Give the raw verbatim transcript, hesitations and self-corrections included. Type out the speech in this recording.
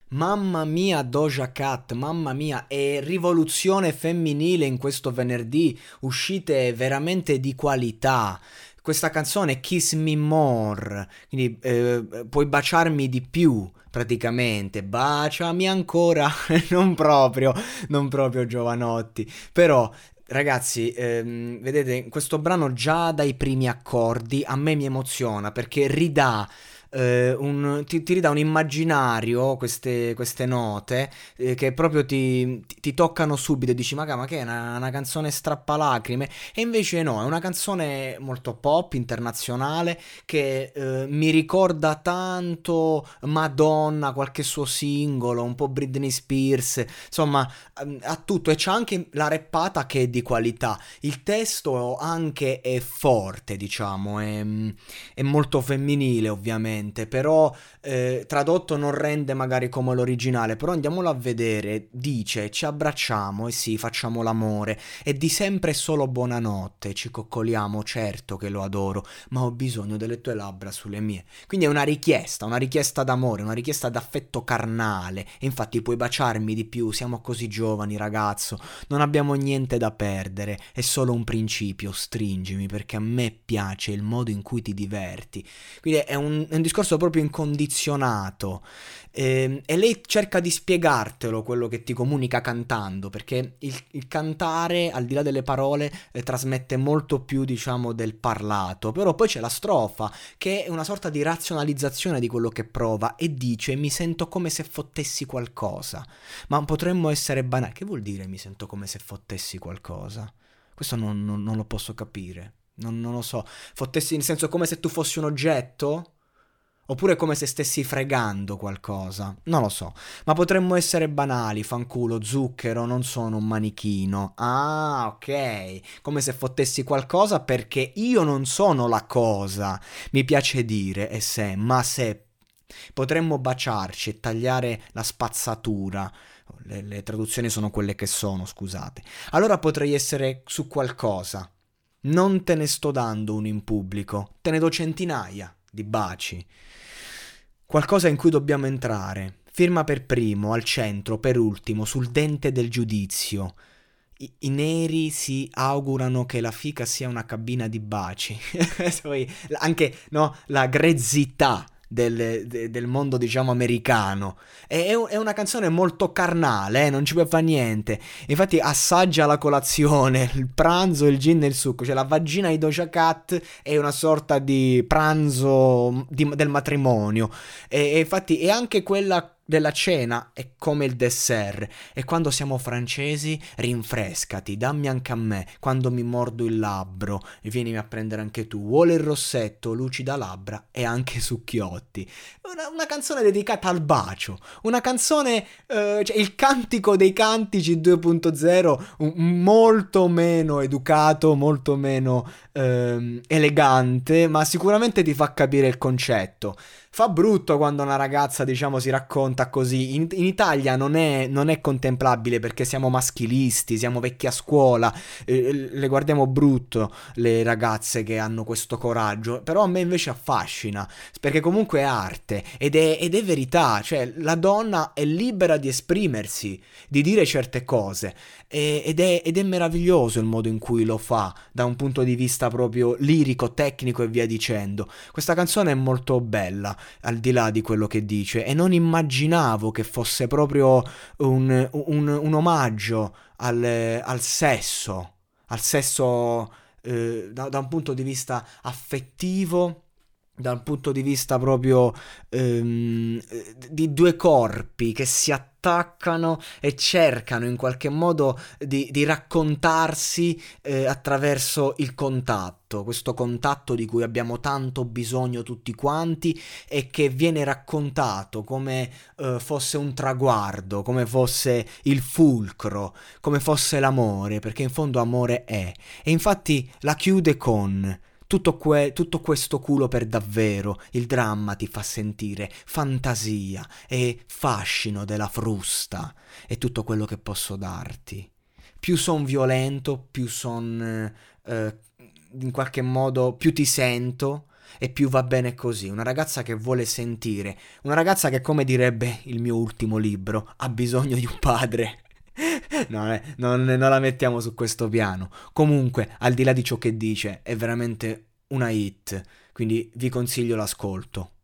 Mamma mia Doja Cat, mamma mia, è rivoluzione femminile in questo venerdì, uscite veramente di qualità. Questa canzone Kiss Me More, quindi eh, puoi baciarmi di più, praticamente, baciami ancora, non proprio, non proprio Giovanotti, però ragazzi, ehm, vedete, questo brano già dai primi accordi a me mi emoziona perché ridà eh, un- ti, ti ridà un immaginario, queste, queste note, eh, che proprio ti, ti- ti toccano subito e dici, ma, ma che è una, una canzone strappalacrime? E invece no, è una canzone molto pop, internazionale, che eh, mi ricorda tanto Madonna, qualche suo singolo, un po' Britney Spears, insomma, ehm, ha tutto e c'è anche la rappata che è di qualità. Il testo anche è forte, diciamo, è, è molto femminile ovviamente, però eh, tradotto non rende magari come l'originale, però andiamolo a vedere, dice ci abbracciamo e sì, facciamo l'amore e di sempre solo buonanotte, ci coccoliamo, certo che lo adoro, ma ho bisogno delle tue labbra sulle mie. Quindi è una richiesta, una richiesta d'amore, una richiesta d'affetto carnale e infatti puoi baciarmi di più, siamo così giovani ragazzo, non abbiamo niente da perdere, è solo un principio, stringimi perché a me piace il modo in cui ti diverti. Quindi è un, è un discorso proprio incondizionato. Ehm, e lei cerca di spiegartelo quello che ti comunica cantando, perché il, il cantare, al di là delle parole, eh, trasmette molto più, diciamo, del parlato. Però poi c'è la strofa, che è una sorta di razionalizzazione di quello che prova, e dice mi sento come se fottessi qualcosa. Ma potremmo essere banali. Che vuol dire mi sento come se fottessi qualcosa? Questo non, non- non lo posso capire. Non, non lo so. Fottessi nel senso come se tu fossi un oggetto? Oppure come se stessi fregando qualcosa? Non lo so. Ma potremmo essere banali, fanculo, zucchero, non sono un manichino. Ah, ok. Come se fottessi qualcosa perché io non sono la cosa. Mi piace dire, e se, ma se potremmo baciarci e tagliare la spazzatura. Le, le traduzioni sono quelle che sono, scusate. Allora potrei essere su qualcosa. Non te ne sto dando uno in pubblico, te ne do centinaia di baci. Qualcosa in cui dobbiamo entrare. Firma per primo, al centro, per ultimo, sul dente del giudizio. I, i neri si augurano che la fica sia una cabina di baci. Poi anche no, la grezzità del, de- del mondo, diciamo, americano. È, è una canzone molto carnale, eh, non ci puoi fare niente. Infatti assaggia la colazione, il pranzo, il gin e il succo. Cioè la vagina di Doja Cat è una sorta di pranzo di- del matrimonio. E, e infatti è anche quella della cena è come il dessert. E quando siamo francesi, rinfrescati, dammi anche a me. Quando mi mordo il labbro, vienimi a prendere anche tu. Vuole il rossetto, lucida labbra e anche succhiotti. Una, una canzone dedicata al bacio. Una canzone, eh, cioè il cantico dei cantici due punto zero, un- molto meno educato, molto meno ehm, elegante, ma sicuramente ti fa capire il concetto. Fa brutto quando una ragazza, diciamo, si racconta così. In, in Italia non è, non è contemplabile perché siamo maschilisti, siamo vecchi a scuola, eh, le guardiamo brutto le ragazze che hanno questo coraggio. Però a me invece affascina, perché comunque è arte ed è, ed è verità. Cioè, la donna è libera di esprimersi, di dire certe cose. E- ed, è, ed è meraviglioso il modo in cui lo fa, da un punto di vista proprio lirico, tecnico e via dicendo. Questa canzone è molto bella al di là di quello che dice e non immaginavo che fosse proprio un, un, un omaggio al, al sesso, al sesso eh, da, da un punto di vista affettivo, dal punto di vista proprio ehm, di due corpi che si attaccano e cercano in qualche modo di, di raccontarsi eh, attraverso il contatto, questo contatto di cui abbiamo tanto bisogno tutti quanti e che viene raccontato come eh, fosse un traguardo, come fosse il fulcro, come fosse l'amore, perché in fondo amore è. E infatti la chiude con tutto, que- tutto questo culo per davvero, il dramma ti fa sentire fantasia e fascino della frusta, è tutto quello che posso darti. Più son violento, più son eh, in qualche modo, più ti sento, e più va bene così, una ragazza che vuole sentire, una ragazza che, come direbbe il mio ultimo libro, ha bisogno di un padre. No, eh, non, non la mettiamo su questo piano. Comunque, al di là di ciò che dice, è veramente una hit, quindi vi consiglio l'ascolto.